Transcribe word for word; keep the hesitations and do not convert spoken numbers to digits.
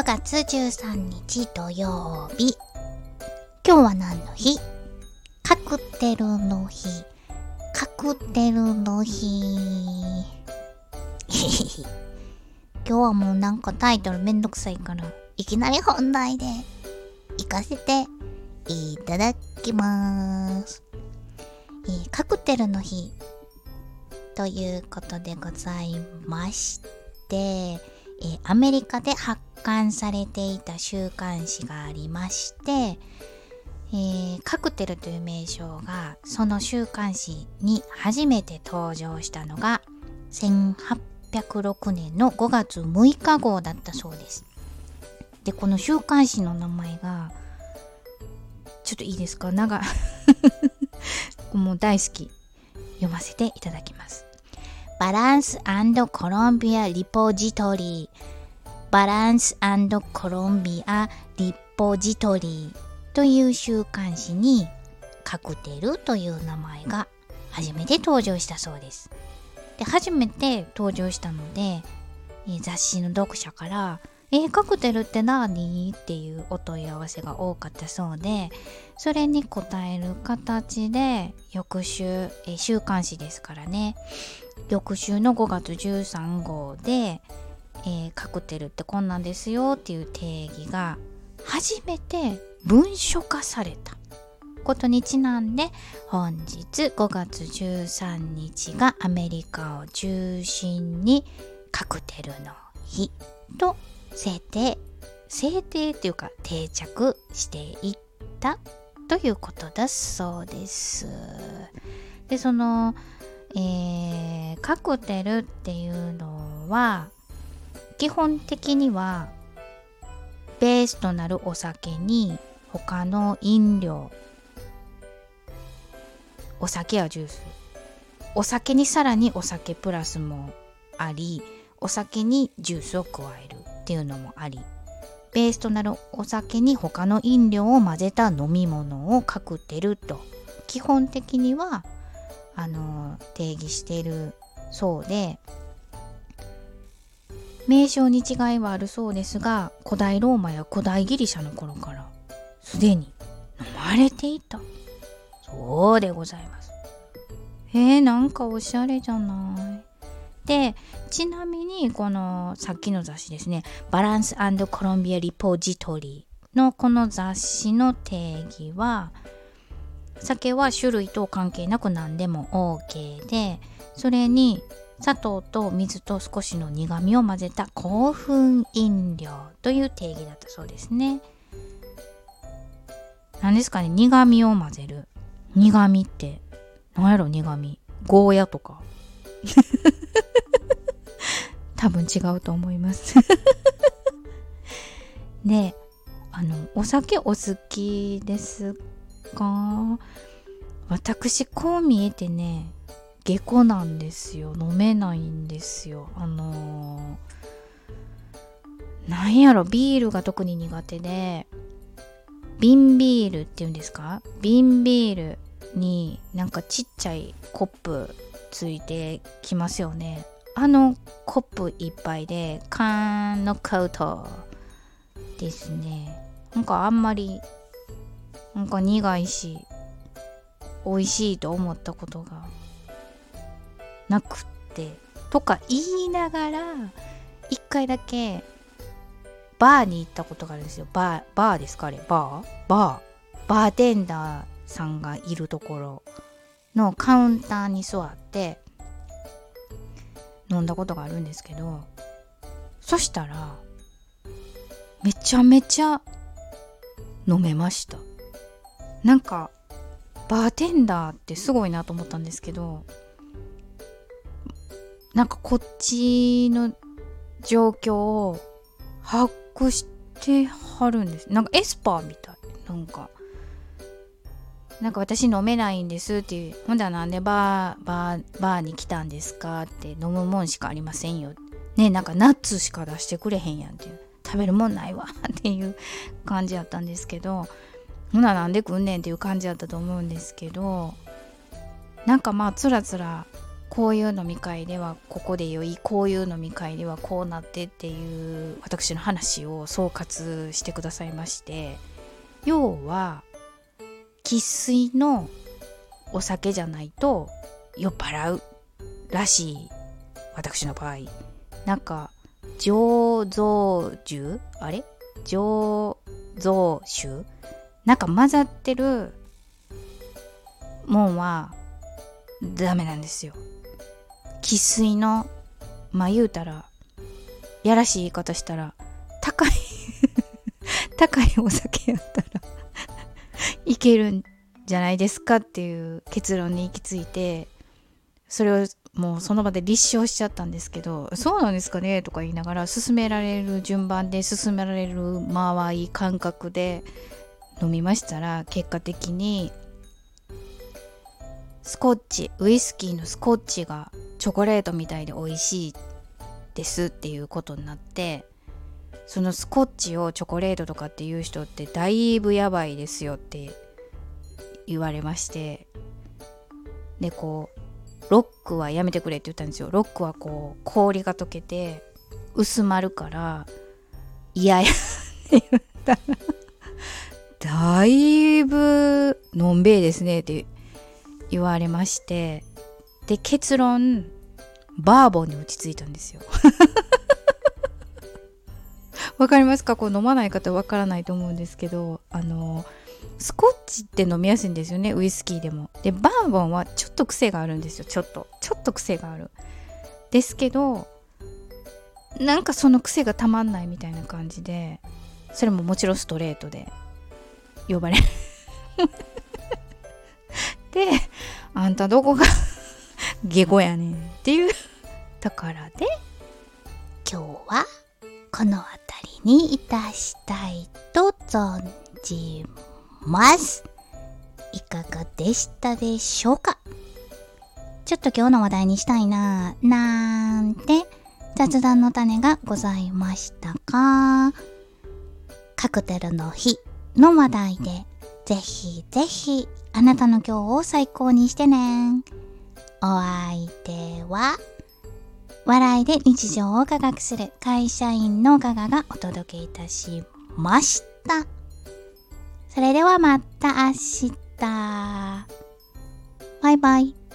がつじゅうさんにち土曜日。今日は何の日？カクテルの日。カクテルの日。今日はもうなんかタイトルめんどくさいから、いきなり本題で行かせていただきます。えー、カクテルの日ということでございまして、えー、アメリカで発刊されていた週刊誌がありまして、えー、カクテルという名称がその週刊誌に初めて登場したのがせんはっぴゃくろくねんのごがつむいか号だったそうです。で、この週刊誌の名前がちょっといいですか？なんかもう大好き。読ませていただきます。バランス&コロンビアリポジトリバランス&コロンビアリポジトリという週刊誌にカクテルという名前が初めて登場したそうです。で、初めて登場したので、えー、雑誌の読者からえー、カクテルって何？っていうお問い合わせが多かったそうで、それに答える形で翌週、えー、週刊誌ですからね、翌週のごがつじゅうさん号で、えー、カクテルってこんなんですよっていう定義が初めて文書化されたことにちなんで、本日ごがつじゅうさんにちがアメリカを中心にカクテルの日と制定制定っていうか定着していったということだそうです。で、その、えー、カクテルっていうのは基本的にはベースとなるお酒に他の飲料、お酒やジュース、お酒にさらにお酒プラスもあり、お酒にジュースを加えるっていうのもあり、ベースとなるお酒に他の飲料を混ぜた飲み物をカクテルと基本的にはあの定義しているそうで、名称に違いはあるそうですが、古代ローマや古代ギリシャの頃からすでに飲まれていたそうでございます。へえ、なんかおしゃれじゃない。で、ちなみにこのさっきの雑誌ですね、バランス&コロンビアリポジトリのこの雑誌の定義は、酒は種類と関係なく何でも OK で、それに砂糖と水と少しの苦味を混ぜた興奮飲料という定義だったそうですね。何ですかね、苦味を混ぜる。苦味って何やろ？苦味ゴーヤとか多分違うと思いますで、あのお酒お好きですか？私こう見えてね、下戸なんですよ。飲めないんですよ。あのー、なんやろ、ビールが特に苦手で、瓶ビールっていうんですか？瓶ビールになんかちっちゃいコップついてきますよね。あのコップ一杯で缶のカウトですね。なんかあんまりなんか苦いし美味しいと思ったことがなくってとか言いながら、一回だけバーに行ったことがあるんですよ。バー、バーですかあれ？バーバーバーテンダーさんがいるところのカウンターに座って飲んだことがあるんですけど、そしたらめちゃめちゃ飲めました。なんかバーテンダーってすごいなと思ったんですけど、なんかこっちの状況を把握してはるんです。なんかエスパーみたい。なんかなんか私飲めないんですっていう、ほんだらなんでバーバーバーに来たんですかって、飲むもんしかありませんよね、なんかナッツしか出してくれへんやんっていう、食べるもんないわっていう感じやったんですけど、ほななんで来んねんっていう感じやったと思うんですけど、なんかまあつらつらこういう飲み会ではここで良い、こういう飲み会ではこうなってっていう私の話を総括してくださいまして、要は生粋のお酒じゃないと酔っ払うらしい。私の場合なんか醸造酒あれ醸造酒なんか混ざってるもんはダメなんですよ。生粋のまあ言うたらやらしい言い方したら高い高いお酒やったらいけるんじゃないですかっていう結論に行き着いて、それをもうその場で立証しちゃったんですけど、そうなんですかねとか言いながら進められる順番で進められる間合い感覚で飲みましたら、結果的にスコッチウイスキーのスコッチがチョコレートみたいで美味しいですっていうことになって、そのスコッチをチョコレートとかっていう人ってだいぶやばいですよって言われまして、でこうロックはやめてくれって言ったんですよ。ロックはこう氷が溶けて薄まるから嫌やって言ったらだいぶのんべえですねって言われまして、で結論バーボンに落ち着いたんですよ。わかりますか？こう飲まない方わからないと思うんですけど、あのスコッチって飲みやすいんですよね、ウイスキーでも。でバーボンはちょっと癖があるんですよ。ちょっとちょっと癖があるですけど、なんかその癖がたまんないみたいな感じで、それももちろんストレートで呼ばれるで、あんたどこが下戸やねんっていうところで、 今日はこの辺りにいたしたいと存じます。いかがでしたでしょうか？ちょっと今日の話題にしたいなーなんて雑談の種がございましたか？カクテルの日の話題でぜひぜひあなたの今日を最高にしてね。お相手は笑いで日常を科学する会社員のガガがお届けいたしました。それではまた明日。バイバイ。